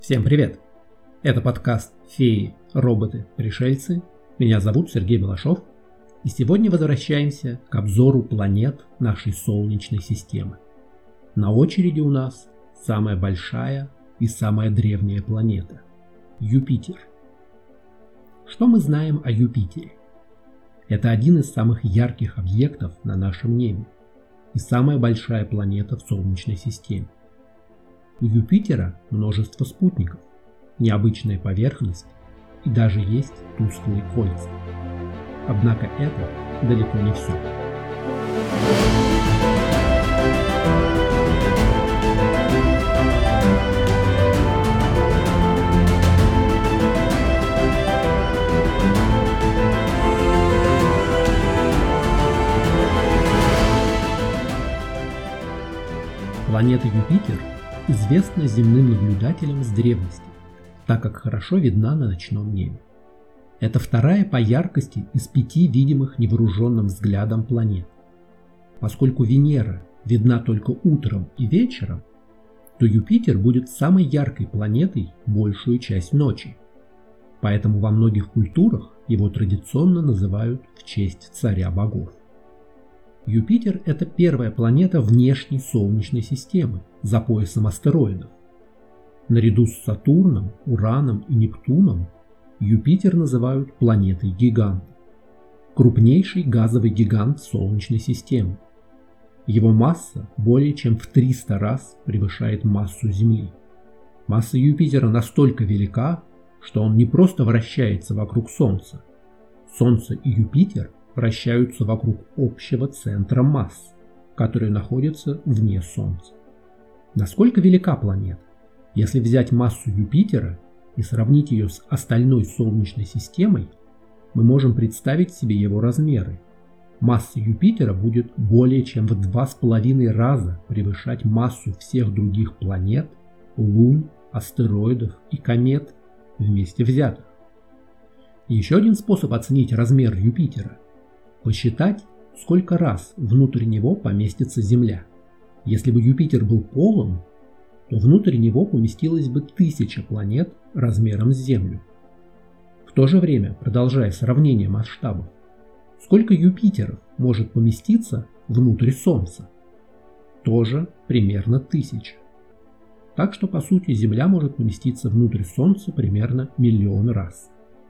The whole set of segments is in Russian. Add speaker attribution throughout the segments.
Speaker 1: Всем привет! Это подкаст «Феи, роботы, пришельцы». Меня зовут Сергей Балашов, и сегодня возвращаемся к обзору планет нашей Солнечной системы. На очереди у нас самая большая и самая древняя планета – Юпитер. Что мы знаем о Юпитере? Это один из самых ярких объектов на нашем небе и самая большая планета в Солнечной системе. У Юпитера множество спутников, необычная поверхность и даже есть тусклые кольца. Однако это далеко не все. Планета Юпитер известна земным наблюдателям с древности, так как хорошо видна на ночном небе. Это вторая по яркости из 5 видимых невооруженным взглядом планет. Поскольку Венера видна только утром и вечером, то Юпитер будет самой яркой планетой большую часть ночи. Поэтому во многих культурах его традиционно называют в честь царя богов. Юпитер – это первая планета внешней Солнечной системы, за поясом астероидов. Наряду с Сатурном, Ураном и Нептуном Юпитер называют планетой-гигантом. Крупнейший газовый гигант Солнечной системы. Его масса более чем в 300 раз превышает массу Земли. Масса Юпитера настолько велика, что он не просто вращается вокруг Солнца. Солнце и Юпитер вращаются вокруг общего центра масс, который находится вне Солнца. Насколько велика планета? Если взять массу Юпитера и сравнить ее с остальной Солнечной системой, мы можем представить себе его размеры. Масса Юпитера будет более чем в 2,5 раза превышать массу всех других планет, лун, астероидов и комет вместе взятых. Еще один способ оценить размер Юпитера – посчитать, сколько раз внутрь него поместится Земля. Если бы Юпитер был полон, то внутрь него поместилось бы 1000 планет размером с Землю. В то же время, продолжая сравнение масштабов, сколько Юпитеров может поместиться внутрь Солнца? Тоже примерно 1000. Так что, по сути, Земля может поместиться внутрь Солнца примерно 1 000 000 раз.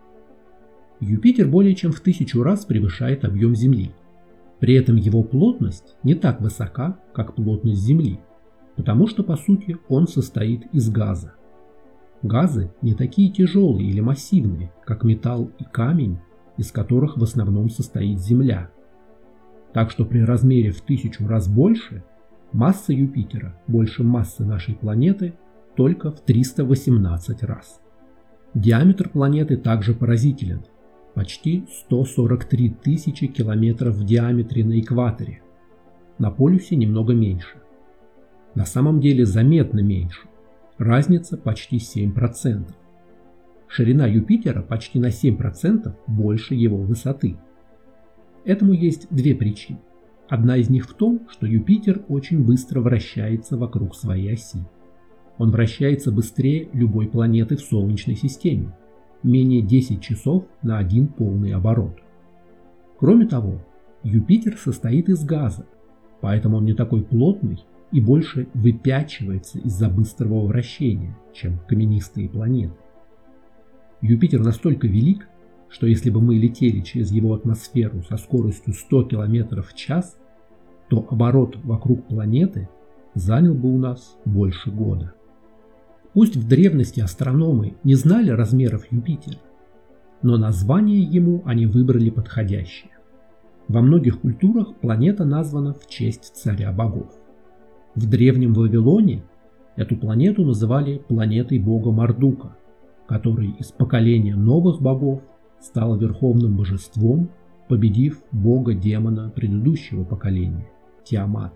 Speaker 1: Юпитер более чем в 1000 раз превышает объем Земли. При этом его плотность не так высока, как плотность Земли, потому что, по сути, он состоит из газа. Газы не такие тяжелые или массивные, как металл и камень, из которых в основном состоит Земля. Так что при размере в 1000 раз больше, масса Юпитера больше массы нашей планеты только в 318 раз. Диаметр планеты также поразителен. Почти 143 тысячи километров в диаметре на экваторе. На полюсе немного меньше. На самом деле заметно меньше. Разница почти 7%. Ширина Юпитера почти на 7% больше его высоты. Этому есть две причины. Одна из них в том, что Юпитер очень быстро вращается вокруг своей оси. Он вращается быстрее любой планеты в Солнечной системе. Менее 10 часов на один полный оборот. Кроме того, Юпитер состоит из газа, поэтому он не такой плотный и больше выпячивается из-за быстрого вращения, чем каменистые планеты. Юпитер настолько велик, что если бы мы летели через его атмосферу со скоростью 100 км в час, то оборот вокруг планеты занял бы у нас больше года. Пусть в древности астрономы не знали размеров Юпитера, но название ему они выбрали подходящее. Во многих культурах планета названа в честь царя богов. В древнем Вавилоне эту планету называли планетой бога Мардука, который из поколения новых богов стал верховным божеством, победив бога-демона предыдущего поколения – Тиамат.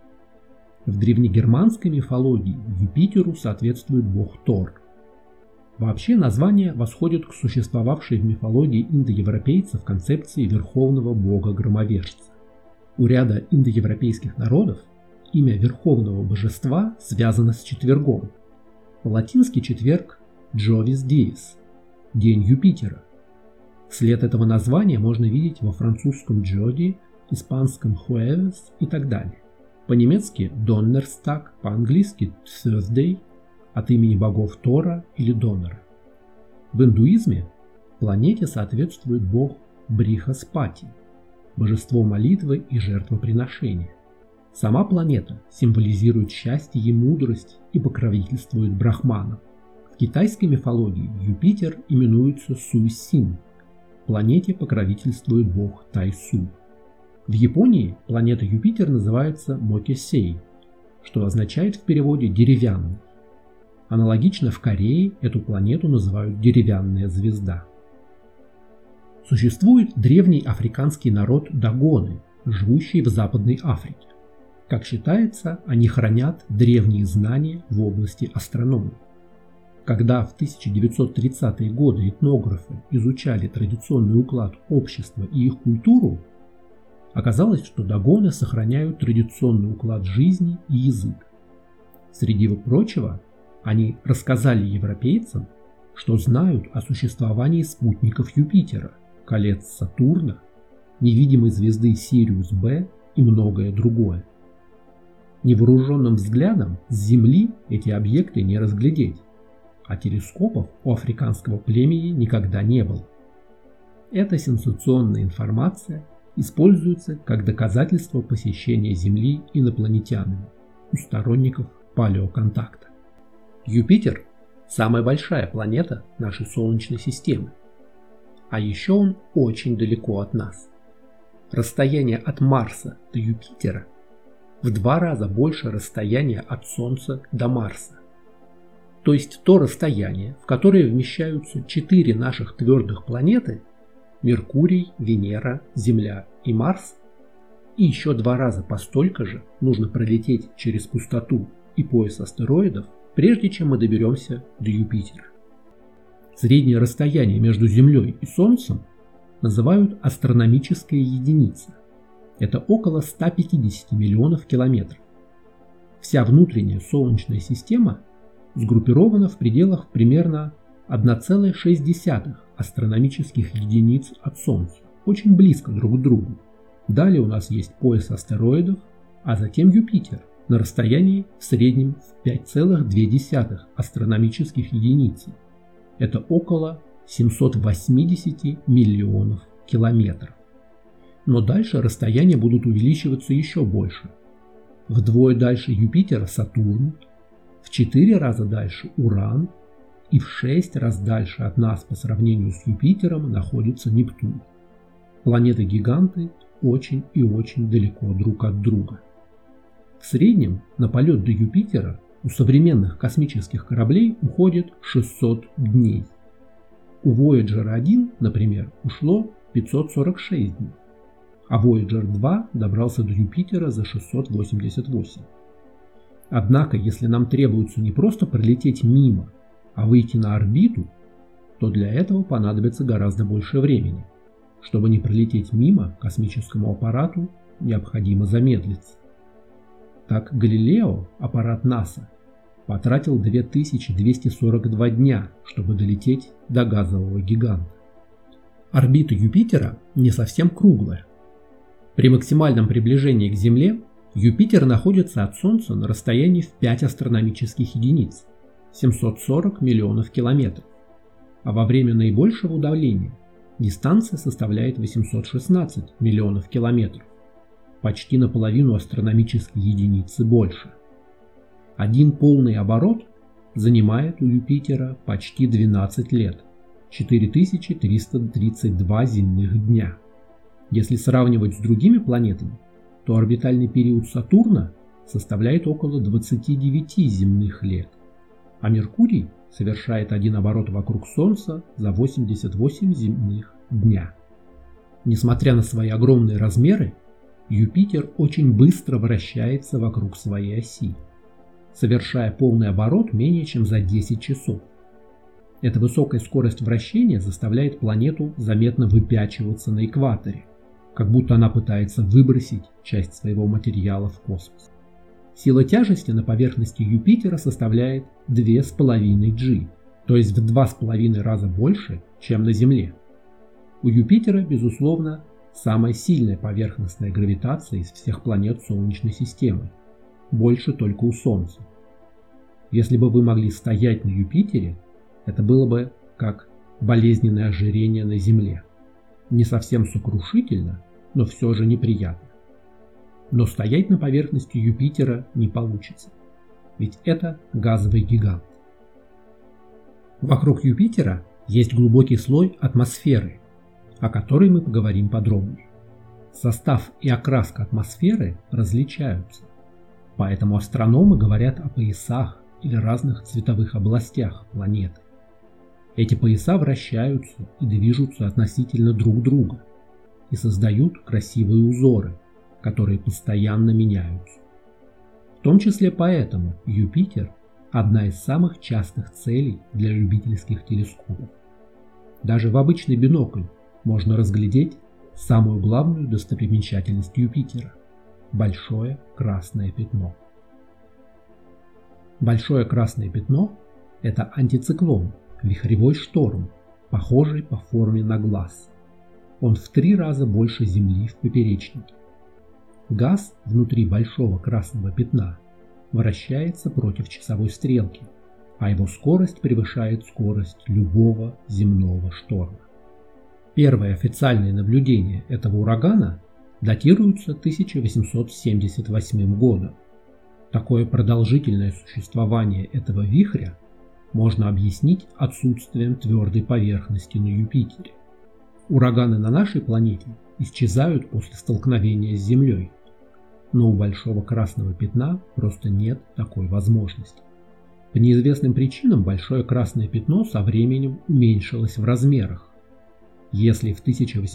Speaker 1: В древнегерманской мифологии Юпитеру соответствует бог Тор. Вообще название восходит к существовавшей в мифологии индоевропейцев концепции верховного бога-громовержца. У ряда индоевропейских народов имя верховного божества связано с четвергом. По-латински четверг – Jovis Dies – день Юпитера. След этого названия можно видеть во французском Jodi, испанском Jueves и так далее. По-немецки Donnerstag, по-английски Thursday, от имени богов Тора или Донора. В индуизме планете соответствует бог Брихаспати, божество молитвы и жертвоприношения. Сама планета символизирует счастье и мудрость и покровительствует брахманам. В китайской мифологии Юпитер именуется Суйсин, планете покровительствует бог Тайсу. В Японии планета Юпитер называется Мокисей, что означает в переводе «деревянный». Аналогично в Корее эту планету называют «деревянная звезда». Существует древний африканский народ Дагоны, живущий в Западной Африке. Как считается, они хранят древние знания в области астрономии. Когда в 1930-е годы этнографы изучали традиционный уклад общества и их культуру, оказалось, что дагоны сохраняют традиционный уклад жизни и язык. Среди прочего, они рассказали европейцам, что знают о существовании спутников Юпитера, колец Сатурна, невидимой звезды Сириус Б и многое другое. Невооруженным взглядом с Земли эти объекты не разглядеть, а телескопов у африканского племени никогда не было. Эта сенсационная информация используется как доказательство посещения Земли инопланетянами у сторонников палеоконтакта. Юпитер – самая большая планета нашей Солнечной системы, а еще он очень далеко от нас. Расстояние от Марса до Юпитера в 2 раза больше расстояния от Солнца до Марса. То есть то расстояние, в которое вмещаются 4 наших твердых планеты – Меркурий, Венера, Земля и Марс, и еще 2 раза по столько же нужно пролететь через пустоту и пояс астероидов, прежде чем мы доберемся до Юпитера. Среднее расстояние между Землей и Солнцем называют астрономическая единица. Это около 150 миллионов километров. Вся внутренняя Солнечная система сгруппирована в пределах примерно 1,6 астрономических единиц от Солнца, очень близко друг к другу. Далее у нас есть пояс астероидов, а затем Юпитер на расстоянии в среднем в 5,2 астрономических единиц. Это около 780 миллионов километров. Но дальше расстояния будут увеличиваться еще больше. Вдвое дальше Юпитера Сатурн, в 4 раза дальше Уран и в 6 раз дальше от нас по сравнению с Юпитером находится Нептун. Планеты-гиганты очень и очень далеко друг от друга. В среднем на полет до Юпитера у современных космических кораблей уходит 600 дней. У Voyager 1, например, ушло 546 дней, а Voyager 2 добрался до Юпитера за 688. Однако, если нам требуется не просто пролететь мимо, а выйти на орбиту, то для этого понадобится гораздо больше времени. Чтобы не пролететь мимо, космическому аппарату необходимо замедлиться. Так Галилео, аппарат НАСА, потратил 2242 дня, чтобы долететь до газового гиганта. Орбита Юпитера не совсем круглая. При максимальном приближении к Земле Юпитер находится от Солнца на расстоянии в 5 астрономических единиц, 740 миллионов километров, а во время наибольшего удаления дистанция составляет 816 миллионов километров, почти наполовину астрономической единицы больше. Один полный оборот занимает у Юпитера почти 12 лет, 4332 земных дня. Если сравнивать с другими планетами, то орбитальный период Сатурна составляет около 29 земных лет, а Меркурий совершает один оборот вокруг Солнца за 88 земных дня. Несмотря на свои огромные размеры, Юпитер очень быстро вращается вокруг своей оси, совершая полный оборот менее чем за 10 часов. Эта высокая скорость вращения заставляет планету заметно выпячиваться на экваторе, как будто она пытается выбросить часть своего материала в космос. Сила тяжести на поверхности Юпитера составляет 2,5 G, то есть в 2,5 раза больше, чем на Земле. У Юпитера, безусловно, самая сильная поверхностная гравитация из всех планет Солнечной системы, больше только у Солнца. Если бы вы могли стоять на Юпитере, это было бы как болезненное ожирение на Земле. Не совсем сокрушительно, но все же неприятно. Но стоять на поверхности Юпитера не получится, ведь это газовый гигант. Вокруг Юпитера есть глубокий слой атмосферы, о которой мы поговорим подробнее. Состав и окраска атмосферы различаются, поэтому астрономы говорят о поясах или разных цветовых областях планеты. Эти пояса вращаются и движутся относительно друг друга и создают красивые узоры, которые постоянно меняются. В том числе поэтому Юпитер – одна из самых частых целей для любительских телескопов. Даже в обычный бинокль можно разглядеть самую главную достопримечательность Юпитера – большое красное пятно. Большое красное пятно – это антициклон, вихревой шторм, похожий по форме на глаз. Он в 3 раза больше Земли в поперечнике. Газ внутри большого красного пятна вращается против часовой стрелки, а его скорость превышает скорость любого земного шторма. Первые официальные наблюдения этого урагана датируются 1878 годом. Такое продолжительное существование этого вихря можно объяснить отсутствием твердой поверхности на Юпитере. Ураганы на нашей планете исчезают после столкновения с Землей, но у большого красного пятна просто нет такой возможности. По неизвестным причинам большое красное пятно со временем уменьшилось в размерах. Если в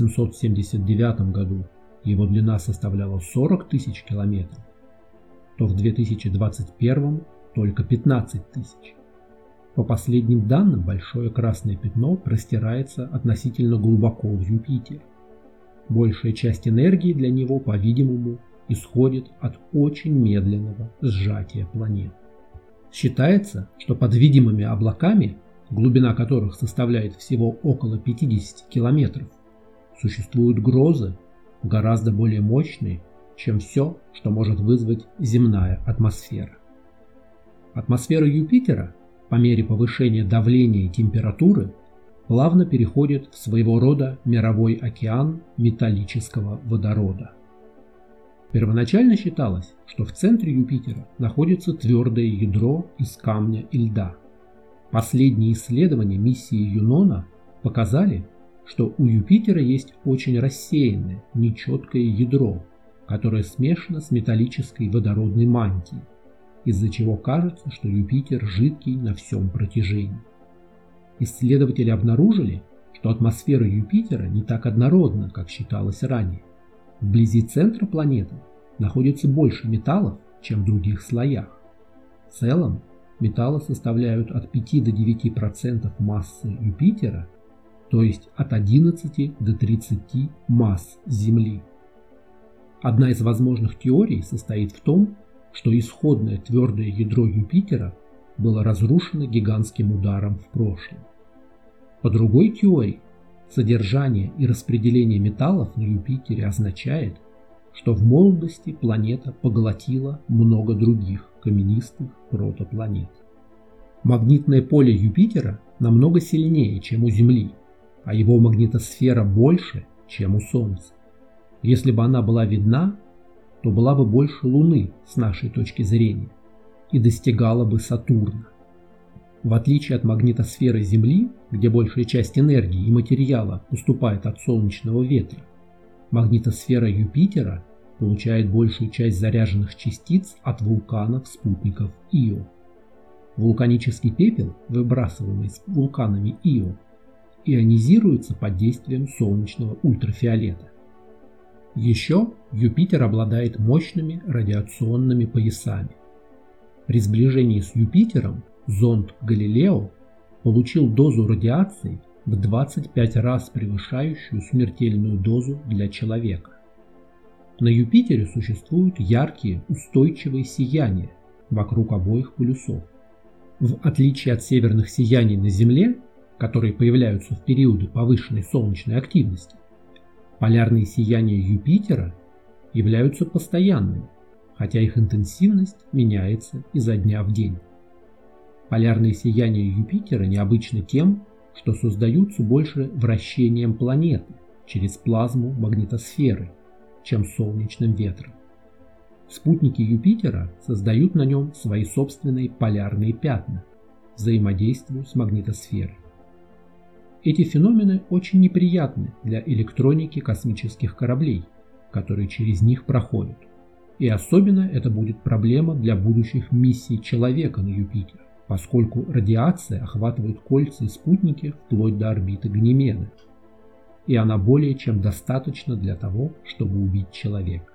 Speaker 1: 1879 году его длина составляла 40 тысяч километров, то в 2021 только 15 тысяч. По последним данным, большое красное пятно простирается относительно глубоко в Юпитер. Большая часть энергии для него, по-видимому, исходит от очень медленного сжатия планет. Считается, что под видимыми облаками, глубина которых составляет всего около 50 километров, существуют грозы, гораздо более мощные, чем все, что может вызвать земная атмосфера. Атмосфера Юпитера по мере повышения давления и температуры плавно переходит в своего рода мировой океан металлического водорода. Первоначально считалось, что в центре Юпитера находится твердое ядро из камня и льда. Последние исследования миссии Юнона показали, что у Юпитера есть очень рассеянное, нечеткое ядро, которое смешано с металлической водородной мантией, из-за чего кажется, что Юпитер жидкий на всем протяжении. Исследователи обнаружили, что атмосфера Юпитера не так однородна, как считалось ранее. Вблизи центра планеты находится больше металлов, чем в других слоях. В целом, металлы составляют от 5 до 9% массы Юпитера, то есть от 11 до 30 масс Земли. Одна из возможных теорий состоит в том, что исходное твердое ядро Юпитера было разрушено гигантским ударом в прошлом. По другой теории, содержание и распределение металлов на Юпитере означает, что в молодости планета поглотила много других каменистых протопланет. Магнитное поле Юпитера намного сильнее, чем у Земли, а его магнитосфера больше, чем у Солнца. Если бы она была видна, то была бы больше Луны с нашей точки зрения и достигала бы Сатурна. В отличие от магнитосферы Земли, где большая часть энергии и материала поступает от солнечного ветра, магнитосфера Юпитера получает большую часть заряженных частиц от вулканов спутников Ио. Вулканический пепел, выбрасываемый вулканами Ио, ионизируется под действием солнечного ультрафиолета. Еще Юпитер обладает мощными радиационными поясами. При сближении с Юпитером зонд Галилео получил дозу радиации в 25 раз превышающую смертельную дозу для человека. На Юпитере существуют яркие, устойчивые сияния вокруг обоих полюсов. В отличие от северных сияний на Земле, которые появляются в периоды повышенной солнечной активности, полярные сияния Юпитера являются постоянными, хотя их интенсивность меняется изо дня в день. Полярные сияния Юпитера необычны тем, что создаются больше вращением планеты через плазму магнитосферы, чем солнечным ветром. Спутники Юпитера создают на нем свои собственные полярные пятна, взаимодействуя с магнитосферой. Эти феномены очень неприятны для электроники космических кораблей, которые через них проходят. И особенно это будет проблема для будущих миссий человека на Юпитер, поскольку радиация охватывает кольца и спутники вплоть до орбиты Ганимеды, и она более чем достаточна для того, чтобы убить человека.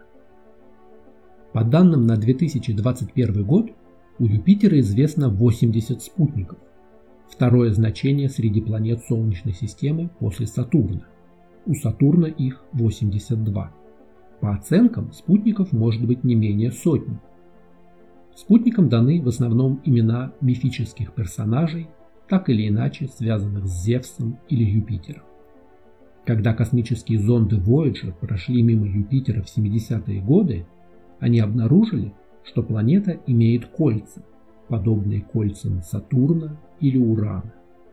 Speaker 1: По данным на 2021 год, у Юпитера известно 80 спутников, второе значение среди планет Солнечной системы после Сатурна. У Сатурна их 82. По оценкам, спутников может быть не менее сотни. Спутникам даны в основном имена мифических персонажей, так или иначе связанных с Зевсом или Юпитером. Когда космические зонды Voyager прошли мимо Юпитера в 70-е годы, они обнаружили, что планета имеет кольца, подобные кольцам Сатурна или Урана.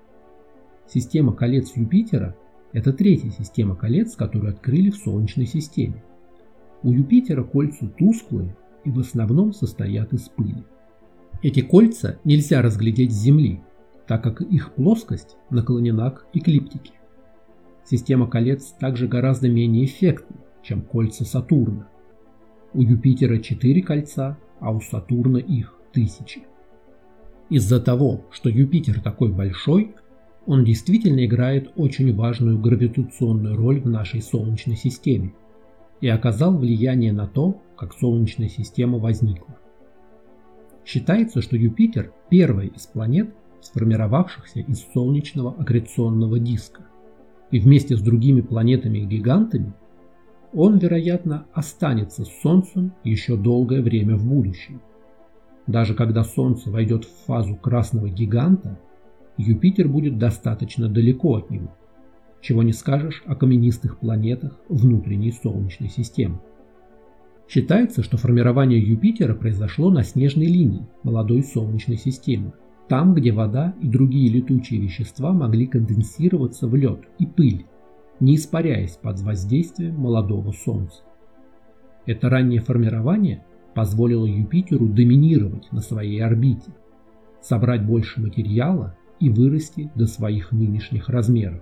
Speaker 1: Система колец Юпитера – это третья система колец, которую открыли в Солнечной системе. У Юпитера кольца тусклые и в основном состоят из пыли. Эти кольца нельзя разглядеть с Земли, так как их плоскость наклонена к эклиптике. Система колец также гораздо менее эффектна, чем кольца Сатурна. У Юпитера 4 кольца, а у Сатурна их 1000. Из-за того, что Юпитер такой большой, он действительно играет очень важную гравитационную роль в нашей Солнечной системе и оказал влияние на то, как Солнечная система возникла. Считается, что Юпитер – первая из планет, сформировавшихся из солнечного аккреционного диска, и вместе с другими планетами-гигантами он, вероятно, останется с Солнцем еще долгое время в будущем. Даже когда Солнце войдет в фазу красного гиганта, Юпитер будет достаточно далеко от него, чего не скажешь о каменистых планетах внутренней Солнечной системы. Считается, что формирование Юпитера произошло на снежной линии молодой Солнечной системы, там, где вода и другие летучие вещества могли конденсироваться в лед и пыль, не испаряясь под воздействием молодого Солнца. Это раннее формирование позволило Юпитеру доминировать на своей орбите, собрать больше материала и вырасти до своих нынешних размеров.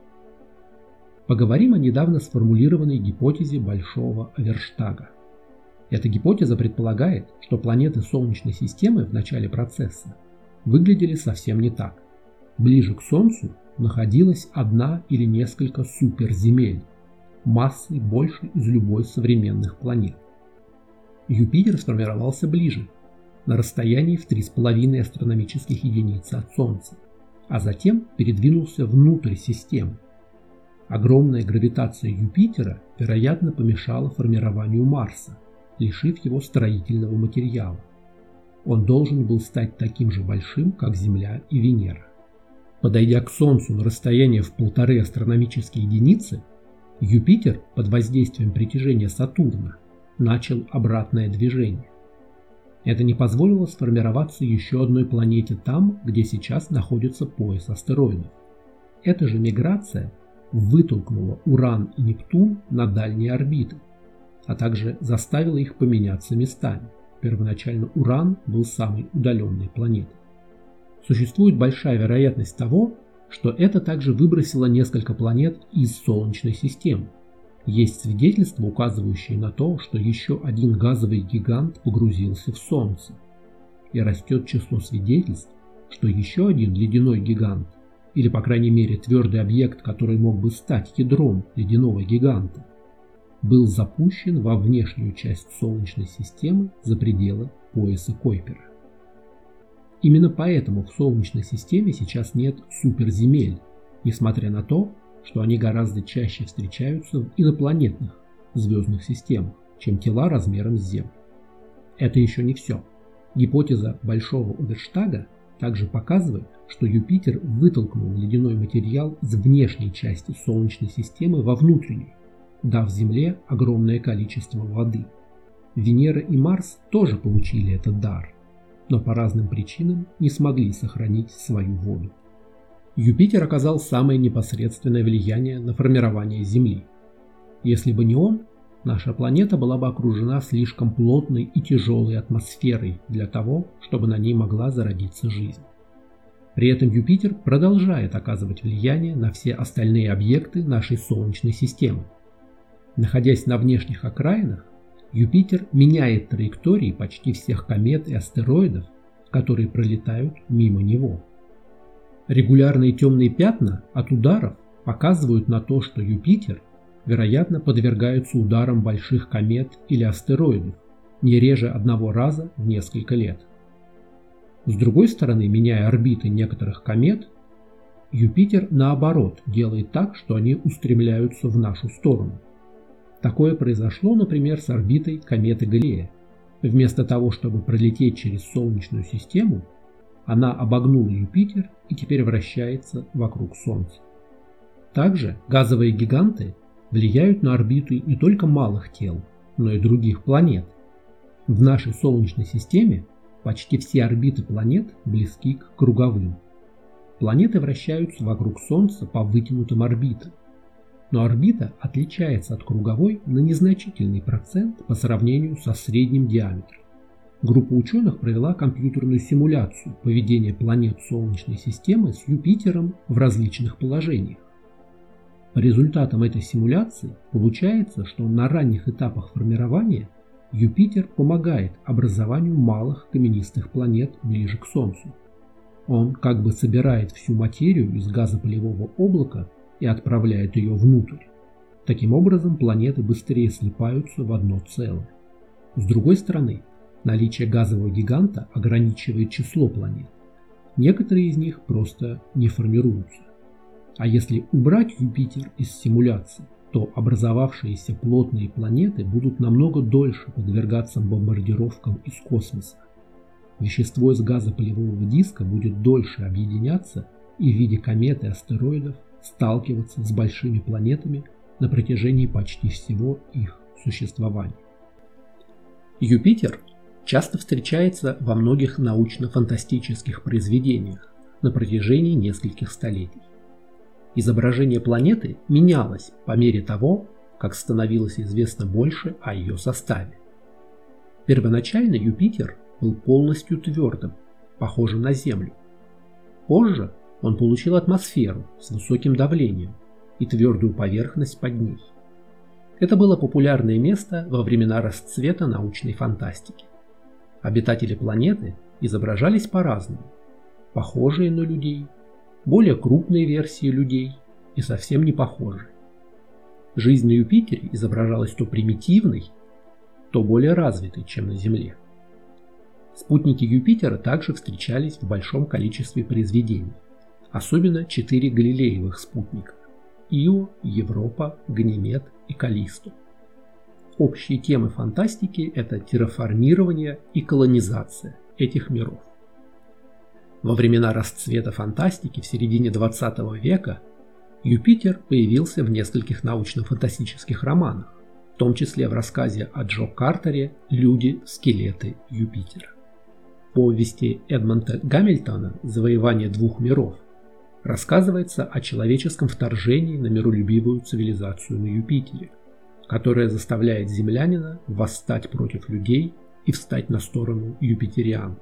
Speaker 1: Поговорим о недавно сформулированной гипотезе Большого Оверштага. Эта гипотеза предполагает, что планеты Солнечной системы в начале процесса выглядели совсем не так. Ближе к Солнцу находилась одна или несколько суперземель, массой больше из любой из современных планет. Юпитер сформировался ближе, на расстоянии в 3,5 астрономических единицы от Солнца, а затем передвинулся внутрь системы. Огромная гравитация Юпитера, вероятно, помешала формированию Марса, лишив его строительного материала. Он должен был стать таким же большим, как Земля и Венера. Подойдя к Солнцу на расстояние в 1,5 астрономические единицы, Юпитер под воздействием притяжения Сатурна начал обратное движение. Это не позволило сформироваться еще одной планете там, где сейчас находится пояс астероидов. Эта же миграция вытолкнула Уран и Нептун на дальние орбиты, а также заставила их поменяться местами. Первоначально Уран был самой удаленной планетой. Существует большая вероятность того, что это также выбросило несколько планет из Солнечной системы. Есть свидетельства, указывающие на то, что еще один газовый гигант погрузился в Солнце. И растет число свидетельств, что еще один ледяной гигант, или по крайней мере твердый объект, который мог бы стать ядром ледяного гиганта, был запущен во внешнюю часть Солнечной системы за пределы пояса Койпера. Именно поэтому в Солнечной системе сейчас нет суперземель, несмотря на то, что они гораздо чаще встречаются в инопланетных звездных системах, чем тела размером с Землю. Это еще не все. Гипотеза Большого Оверштага также показывает, что Юпитер вытолкнул ледяной материал из внешней части Солнечной системы во внутреннюю, дав Земле огромное количество воды. Венера и Марс тоже получили этот дар, но по разным причинам не смогли сохранить свою воду. Юпитер оказал самое непосредственное влияние на формирование Земли. Если бы не он, наша планета была бы окружена слишком плотной и тяжелой атмосферой для того, чтобы на ней могла зародиться жизнь. При этом Юпитер продолжает оказывать влияние на все остальные объекты нашей Солнечной системы. Находясь на внешних окраинах, Юпитер меняет траектории почти всех комет и астероидов, которые пролетают мимо него. Регулярные темные пятна от ударов показывают на то, что Юпитер, вероятно, подвергается ударам больших комет или астероидов не реже одного раза в несколько лет. С другой стороны, меняя орбиты некоторых комет, Юпитер, наоборот, делает так, что они устремляются в нашу сторону. Такое произошло, например, с орбитой кометы Галлея. Вместо того, чтобы пролететь через Солнечную систему, она обогнула Юпитер и теперь вращается вокруг Солнца. Также газовые гиганты влияют на орбиты не только малых тел, но и других планет. В нашей Солнечной системе почти все орбиты планет близки к круговым. Планеты вращаются вокруг Солнца по вытянутым орбитам. Но орбита отличается от круговой на незначительный процент по сравнению со средним диаметром. Группа ученых провела компьютерную симуляцию поведения планет Солнечной системы с Юпитером в различных положениях. По результатам этой симуляции получается, что на ранних этапах формирования Юпитер помогает образованию малых каменистых планет ближе к Солнцу. Он как бы собирает всю материю из газопылевого облака и отправляет ее внутрь. Таким образом, планеты быстрее слипаются в одно целое. С другой стороны, наличие газового гиганта ограничивает число планет. Некоторые из них просто не формируются. А если убрать Юпитер из симуляции, то образовавшиеся плотные планеты будут намного дольше подвергаться бомбардировкам из космоса. Вещество из газопылевого диска будет дольше объединяться и в виде комет и астероидов сталкиваться с большими планетами на протяжении почти всего их существования. Юпитер часто встречается во многих научно-фантастических произведениях на протяжении нескольких столетий. Изображение планеты менялось по мере того, как становилось известно больше о ее составе. Первоначально Юпитер был полностью твердым, похожим на Землю. Позже он получил атмосферу с высоким давлением и твердую поверхность под ней. Это было популярное место во времена расцвета научной фантастики. Обитатели планеты изображались по-разному: похожие на людей, более крупные версии людей и совсем не похожие. Жизнь на Юпитере изображалась то примитивной, то более развитой, чем на Земле. Спутники Юпитера также встречались в большом количестве произведений, особенно 4 галилеевых спутника – Ио, Европа, Ганимед и Каллисту. Общие темы фантастики – это терраформирование и колонизация этих миров. Во времена расцвета фантастики в середине 20 века Юпитер появился в нескольких научно-фантастических романах, в том числе в рассказе о Джо Картере «Люди, скелеты Юпитера». В повести Эдмонда Гамильтона «Завоевание двух миров» рассказывается о человеческом вторжении на миролюбивую цивилизацию на Юпитере, которая заставляет землянина восстать против людей и встать на сторону юпитериан.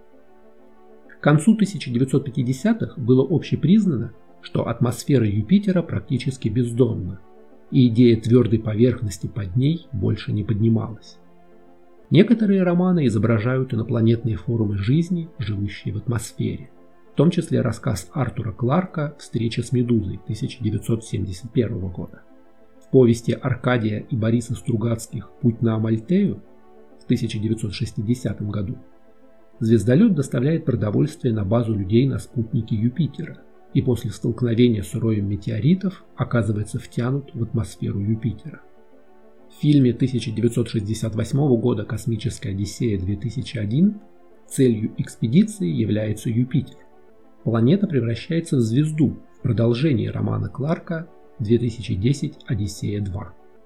Speaker 1: К концу 1950-х было общепризнано, что атмосфера Юпитера практически бездонна, и идея твердой поверхности под ней больше не поднималась. Некоторые романы изображают инопланетные формы жизни, живущие в атмосфере, в том числе рассказ Артура Кларка «Встреча с Медузой» 1971 года. В повести Аркадия и Бориса Стругацких «Путь на Амальтею» в 1960 году звездолет доставляет продовольствие на базу людей на спутнике Юпитера и после столкновения с роем метеоритов оказывается втянут в атмосферу Юпитера. В фильме 1968 года «Космическая Одиссея-2001» целью экспедиции является Юпитер. Планета превращается в звезду в продолжении романа Кларка 2010 «Одиссея-2».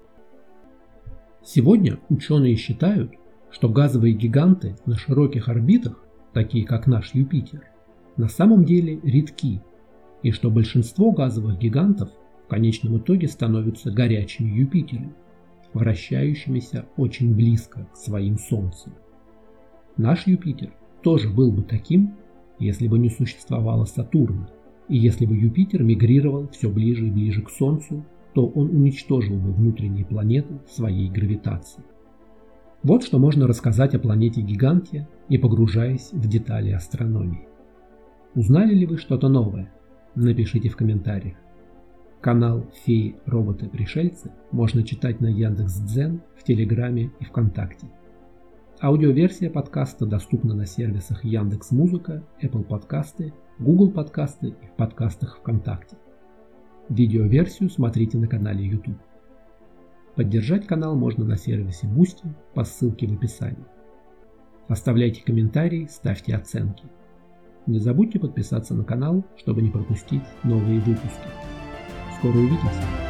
Speaker 1: Сегодня ученые считают, что газовые гиганты на широких орбитах, такие как наш Юпитер, на самом деле редки, и что большинство газовых гигантов в конечном итоге становятся горячими Юпитерами, вращающимися очень близко к своим Солнцам. Наш Юпитер тоже был бы таким, если бы не существовало Сатурна, и если бы Юпитер мигрировал все ближе и ближе к Солнцу, то он уничтожил бы внутренние планеты своей гравитацией. Вот что можно рассказать о планете-гиганте, не погружаясь в детали астрономии. Узнали ли вы что-то новое? Напишите в комментариях. Канал «Феи, роботы, пришельцы» можно читать на Яндекс.Дзен, в Телеграме и ВКонтакте. Аудиоверсия подкаста доступна на сервисах Яндекс.Музыка, Apple подкасты, Google подкасты и в подкастах ВКонтакте. Видеоверсию смотрите на канале YouTube. Поддержать канал можно на сервисе Boosty по ссылке в описании. Оставляйте комментарии, ставьте оценки. Не забудьте подписаться на канал, чтобы не пропустить новые выпуски. Скоро увидимся!